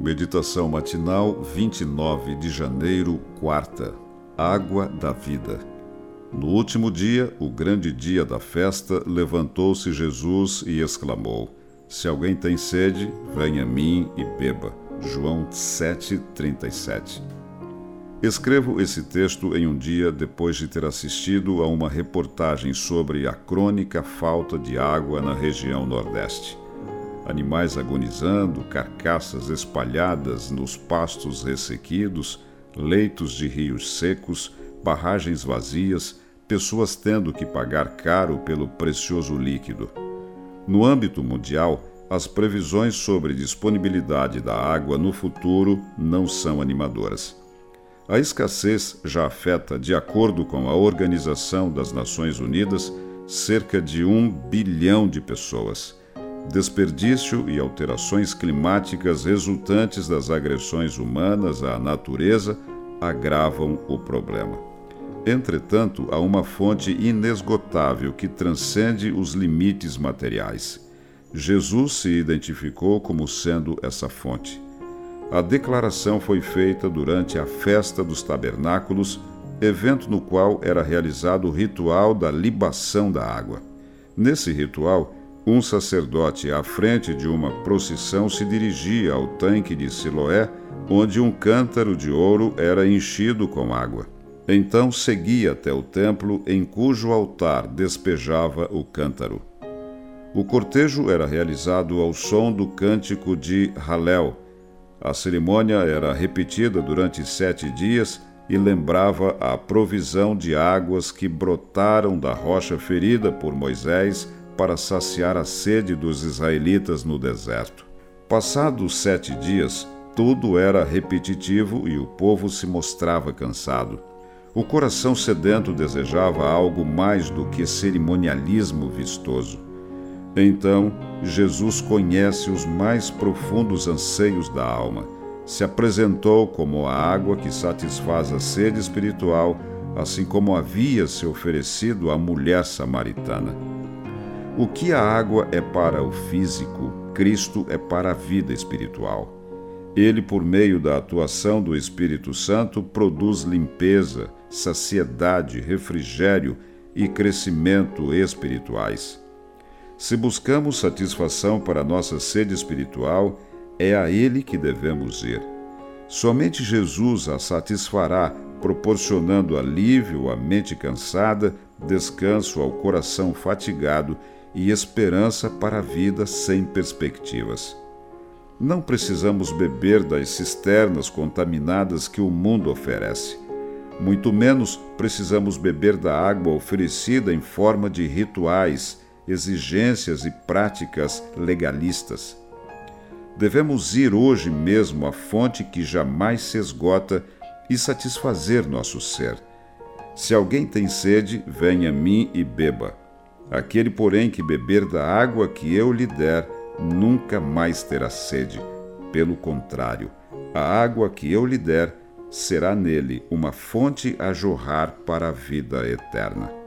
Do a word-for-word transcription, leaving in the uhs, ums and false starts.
Meditação matinal, vinte e nove de janeiro, quarta. Água da vida. No último dia, o grande dia da festa, levantou-se Jesus e exclamou: Se alguém tem sede, venha a mim e beba. João sete, trinta e sete. Escrevo esse texto em um dia depois de ter assistido a uma reportagem sobre a crônica falta de água na região Nordeste. Animais agonizando, carcaças espalhadas nos pastos ressequidos, leitos de rios secos, barragens vazias, pessoas tendo que pagar caro pelo precioso líquido. No âmbito mundial, as previsões sobre disponibilidade da água no futuro não são animadoras. A escassez já afeta, de acordo com a Organização das Nações Unidas, cerca de um bilhão de pessoas. Desperdício e alterações climáticas resultantes das agressões humanas à natureza agravam o problema. Entretanto, há uma fonte inesgotável que transcende os limites materiais. Jesus se identificou como sendo essa fonte. A declaração foi feita durante a Festa dos Tabernáculos, evento no qual era realizado o ritual da libação da água. Nesse ritual, um sacerdote à frente de uma procissão se dirigia ao tanque de Siloé, onde um cântaro de ouro era enchido com água. Então seguia até o templo, em cujo altar despejava o cântaro. O cortejo era realizado ao som do cântico de Halel. A cerimônia era repetida durante sete dias e lembrava a provisão de águas que brotaram da rocha ferida por Moisés para saciar a sede dos israelitas no deserto. Passados sete dias, tudo era repetitivo e o povo se mostrava cansado. O coração sedento desejava algo mais do que cerimonialismo vistoso. Então, Jesus conhece os mais profundos anseios da alma. Se apresentou como a água que satisfaz a sede espiritual, assim como havia se oferecido à mulher samaritana. O que a água é para o físico, Cristo é para a vida espiritual. Ele, por meio da atuação do Espírito Santo, produz limpeza, saciedade, refrigério e crescimento espirituais. Se buscamos satisfação para nossa sede espiritual, é a Ele que devemos ir. Somente Jesus a satisfará, proporcionando alívio à mente cansada, descanso ao coração fatigado e esperança para a vida sem perspectivas. Não precisamos beber das cisternas contaminadas que o mundo oferece. Muito menos precisamos beber da água oferecida em forma de rituais, exigências e práticas legalistas. Devemos ir hoje mesmo à fonte que jamais se esgota e satisfazer nosso ser. Se alguém tem sede, venha a mim e beba. Aquele, porém, que beber da água que eu lhe der, nunca mais terá sede. Pelo contrário, a água que eu lhe der será nele uma fonte a jorrar para a vida eterna.